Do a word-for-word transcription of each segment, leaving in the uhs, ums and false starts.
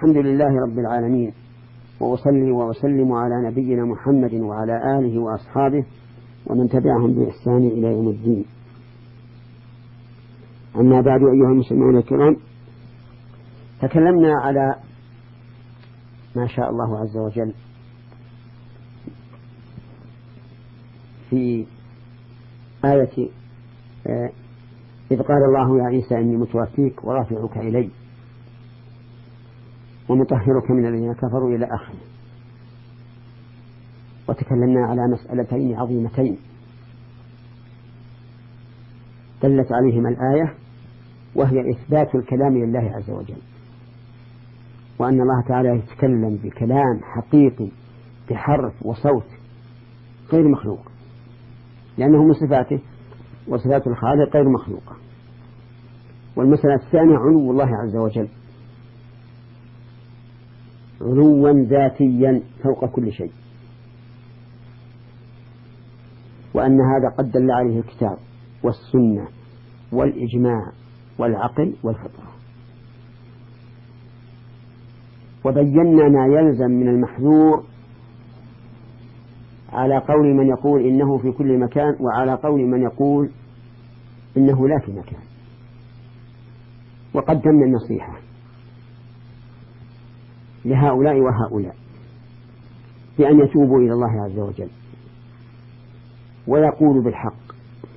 الحمد لله رب العالمين، وأصلي وأسلم على نبينا محمد وعلى آله وأصحابه ومن تبعهم بإحسان إلى يوم الدين. أما بعد، أيها المسلمون الكرام، تكلمنا على ما شاء الله عز وجل في آية إذ قال الله يا عيسى إني متوفيك ورافعك إلي ومطهرك من الذين كفروا إلى آخره. وتكلمنا على مسألتين عظيمتين دلت عليهما الآية، وهي إثبات الكلام لله عز وجل، وأن الله تعالى يتكلم بكلام حقيقي بحرف وصوت غير مخلوق، لأنه من صفاته وصفات الخالق غير مخلوقة. والمسألة الثانية علو الله عز وجل علوا ذاتيا فوق كل شيء، وأن هذا قد دل عليه الكتاب والسنة والإجماع والعقل والفطرة. وبينا ما يلزم من المحذور على قول من يقول إنه في كل مكان، وعلى قول من يقول إنه لا في مكان. وقدمنا النصيحة لهؤلاء وهؤلاء بأن يتوبوا إلى الله عز وجل ويقولوا بالحق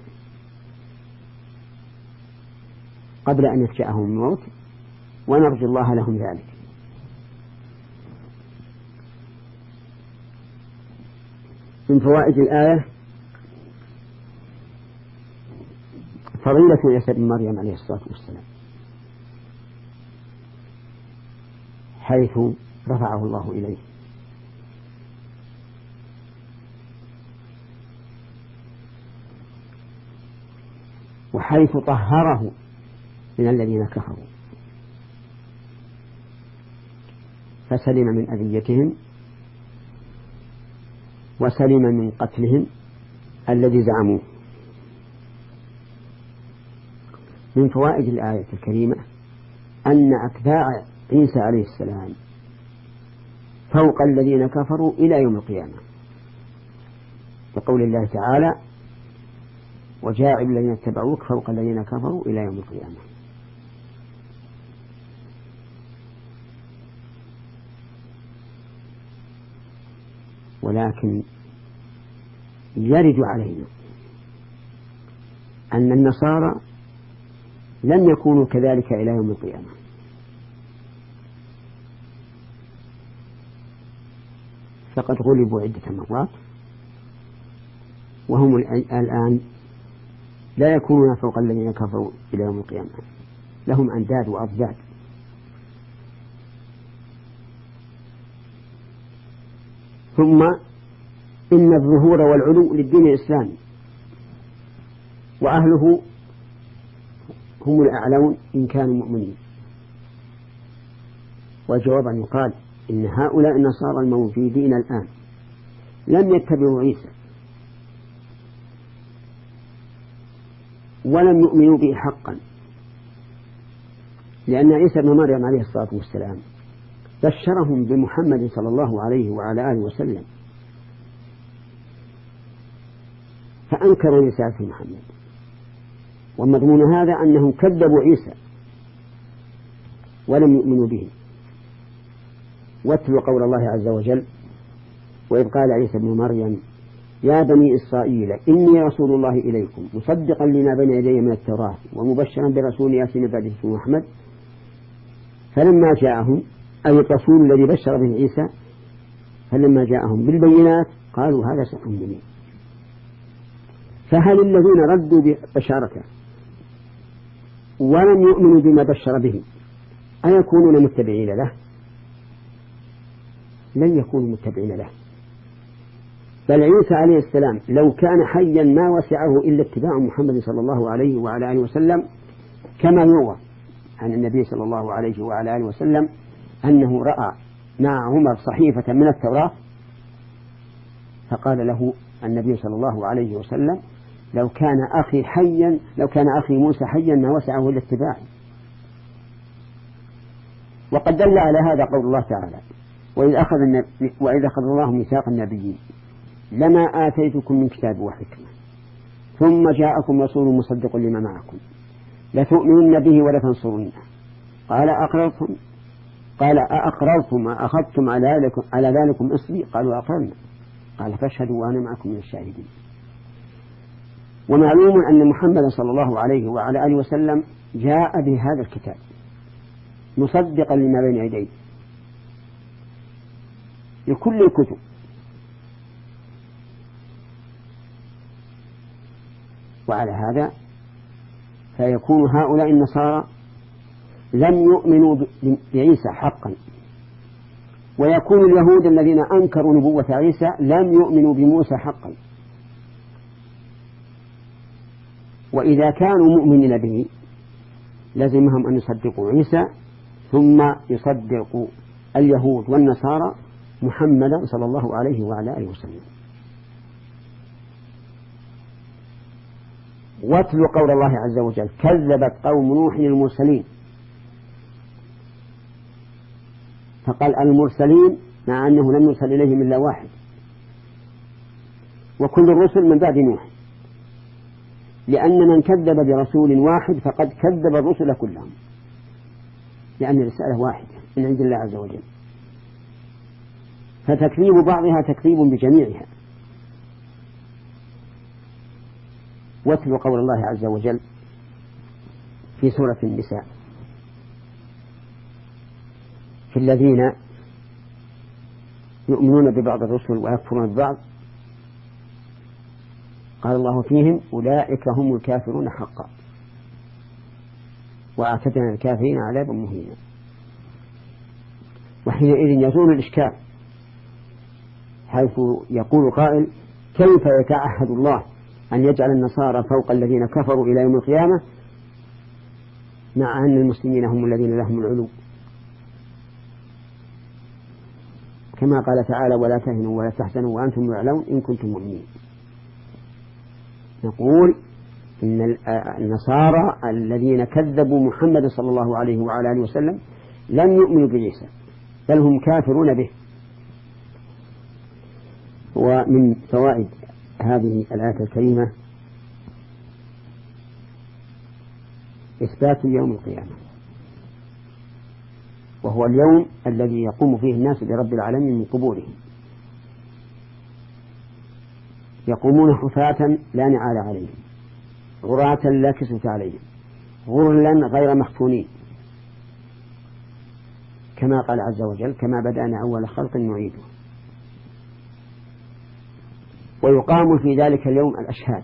قبل أن يفجأهم الموت، ونرجو الله لهم ذلك. من فوائد الآية فضيلة عيسى بن مريم عليه الصلاة والسلام، حيث رفعه الله إليه، وحيث طهره من الذين كفروا فسلم من أذيتهم وسلم من قتلهم الذي زعموه. من فوائد الآية الكريمة أن أتباع عيسى عليه السلام فوق الذين كفروا إلى يوم القيامة، بقول الله تعالى وجاعل الذين اتبعوك فوق الذين كفروا إلى يوم القيامة. ولكن يرد علينا أن النصارى لم يكونوا كذلك إلى يوم القيامة، فقد غلبوا عدة مرات، وهم الآن لا يكونون فوق الذين كفروا إلى يوم القيامة، لهم أنداد وأضداد. ثم إن الظهور والعلو للدين الإسلامي، وأهله هم الأعلون إن كانوا مؤمنين. وجوابا يقال إن هؤلاء النصارى الموجودين الآن لم يتبعوا عيسى ولم يؤمنوا به حقا، لأن عيسى بن مريم عليه الصلاة والسلام بشرهم بمحمد صلى الله عليه وعلى آله وسلم، فأنكروا رسالة محمد، ومضمون هذا أنهم كذبوا عيسى ولم يؤمنوا به. واتلوا قول الله عز وجل وإذ قال عيسى بن مريم يا بني إسرائيل إني رسول الله إليكم مصدقا لما بين يدي من التوراة ومبشرا برسول يأتي من بعد اسمه أحمد. فلما جاءهم أي الرسول الذي بشر به عيسى فلما جاءهم بالبينات قالوا هذا سحر مبين. فهل الذين ردوا ببشارته ولم يؤمنوا بما بشر به أيكونون متبعين له؟ لن يكونوا متبعين له. بل عيسى عليه السلام لو كان حيا ما وسعه إلا اتباع محمد صلى الله عليه وعلى آله وسلم، كما يروى عن النبي صلى الله عليه وعلى آله وسلم أنه رأى مع عمر صحيفة من التوراة فقال له النبي صلى الله عليه وسلم لو كان أخي حيا لو كان أخي موسى حيا ما وسعه إلا اتباعي. وقد دل على هذا قول الله تعالى: وإذ أخذ, وإذ أخذ الله ميثاق النبيين لما آتيتكم من كتاب وحكمة ثم جاءكم رسول مصدق لما معكم لتؤمنن به ولتنصرنه قال أقررتم قال أأقررتم أخذتم على, على ذلكم إصري قالوا أقررنا قال فاشهدوا وأنا معكم من الشاهدين. ومعلوم أن محمد صلى الله عليه وعلى آله وسلم جاء بهذا الكتاب مصدقا لما بين يديه لكل الكتب، وعلى هذا فيكون هؤلاء النصارى لم يؤمنوا بعيسى حقا، ويكون اليهود الذين أنكروا نبوة عيسى لم يؤمنوا بموسى حقا. وإذا كانوا مؤمنين به لازمهم أن يصدقوا عيسى ثم يصدقوا اليهود والنصارى محمدا صلى الله عليه وعلى آله وسلم. واتل قول الله عز وجل: كذبت قوم نوح المرسلين. فقال المرسلين مع أنه لم يرسل إليهم إلا واحد، وكل الرسل من بعد نوح، لأن من كذب برسول واحد فقد كذب الرسل كلهم، لأن الرسالة واحدة من عند الله عز وجل، فتكذيب بعضها تكذيب بجميعها. واتل قول الله عز وجل في سورة النساء في الذين يؤمنون ببعض الرسل ويكفرون ببعض، قال الله فيهم: أولئك هم الكافرون حقا وأعتدنا الكافرين عذابا مهينا. وحينئذ يزول الإشكال، حيث يقول قائل: كيف يتعهد الله أن يجعل النصارى فوق الذين كفروا إلى يوم القيامة مع أن المسلمين هم الذين لهم العلو، كما قال تعالى: ولا تهنوا ولا تحزنوا وأنتم الأعلون إن كنتم مؤمنين. نقول إن النصارى الذين كذبوا محمد صلى الله عليه وعلى آله وسلم لم يؤمنوا بعيسى، بل هم كافرون به. ومن فوائد هذه الآية الكريمة إثبات يوم القيامة، وهو اليوم الذي يقوم فيه الناس برب العالمين من قبورهم، يقومون حفاة لا نعال عليهم، عراة لا كسوة عليهم، غرلا غير مختونين، كما قال عز وجل: كما بدأنا أول خلق نعيده. ويقام في ذلك اليوم الأشهاد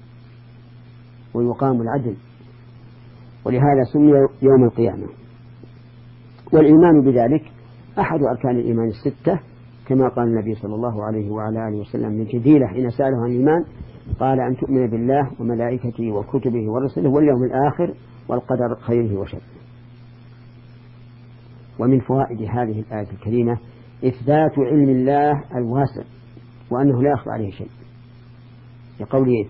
ويقام العدل، ولهذا سمي يوم القيامة. والإيمان بذلك أحد أركان الإيمان الستة، كما قال النبي صلى الله عليه وعلى آله وسلم لجديلة حين سأله عن الإيمان قال: أن تؤمن بالله وملائكته وكتبه ورسله واليوم الآخر والقدر خيره وشره. ومن فوائد هذه الآية الكريمة إثبات علم الله الواسع وأنه لا يخفى عليه شيء، لقوله: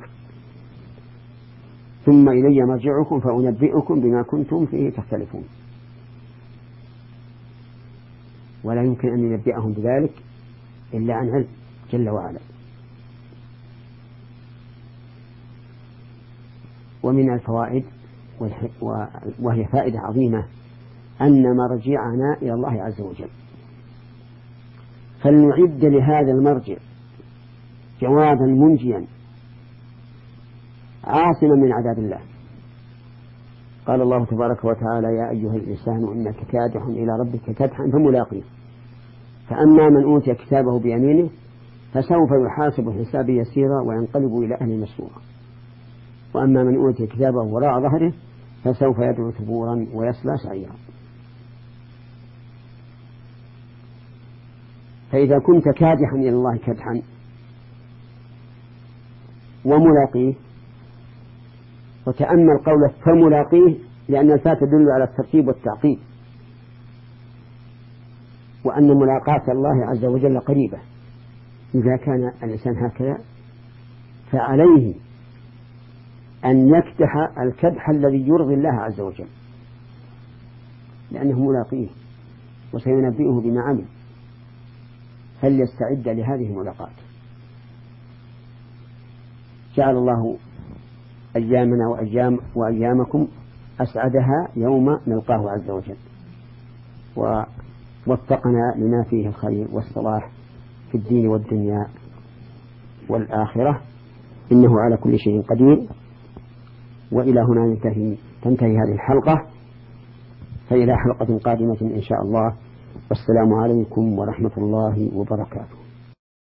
ثم إلي مرجعكم فأنبئكم بما كنتم فيه تختلفون. ولا يمكن أن ينبئهم بذلك إلا عن علم جل وعلا. ومن الفوائد وهي فائدة عظيمة أن مرجعنا إلى الله عز وجل، فلنعد لهذا المرجع جوابا منجيا عاصما من عذاب الله. قال الله تبارك وتعالى: يا أيها الإنسان إنك كادح إلى ربك كدحا فملاقيه، فأما من أوتي كتابه بيمينه فسوف يحاسب حسابا يسيرا وينقلب إلى أهله مسرورا، وأما من أوتي كتابه وراء ظهره فسوف يدعو ثبورا ويصلى سعيرا. فإذا كنت كادحا إلى الله كدحا وملاقيه، وتأمل قوله فملاقيه، لأن الفاء تدل على الترتيب والتعقيب، وأن ملاقاة الله عز وجل قريبة. إذا كان الإنسان هكذا فعليه أن يكدح الكدح الذي يرضي الله عز وجل، لأنه ملاقيه وسينبئه بما عمل، فليستعد لهذه الملاقات. جعل الله أيامنا وأيام وأيامكم أسعدها يوم نلقاه عز وجل، ووفقنا لما فيه الخير والصلاح في الدين والدنيا والآخرة، إنه على كل شيء قدير. وإلى هنا ينتهي تنتهي هذه الحلقة، فإلى حلقة قادمة إن شاء الله، والسلام عليكم ورحمة الله وبركاته.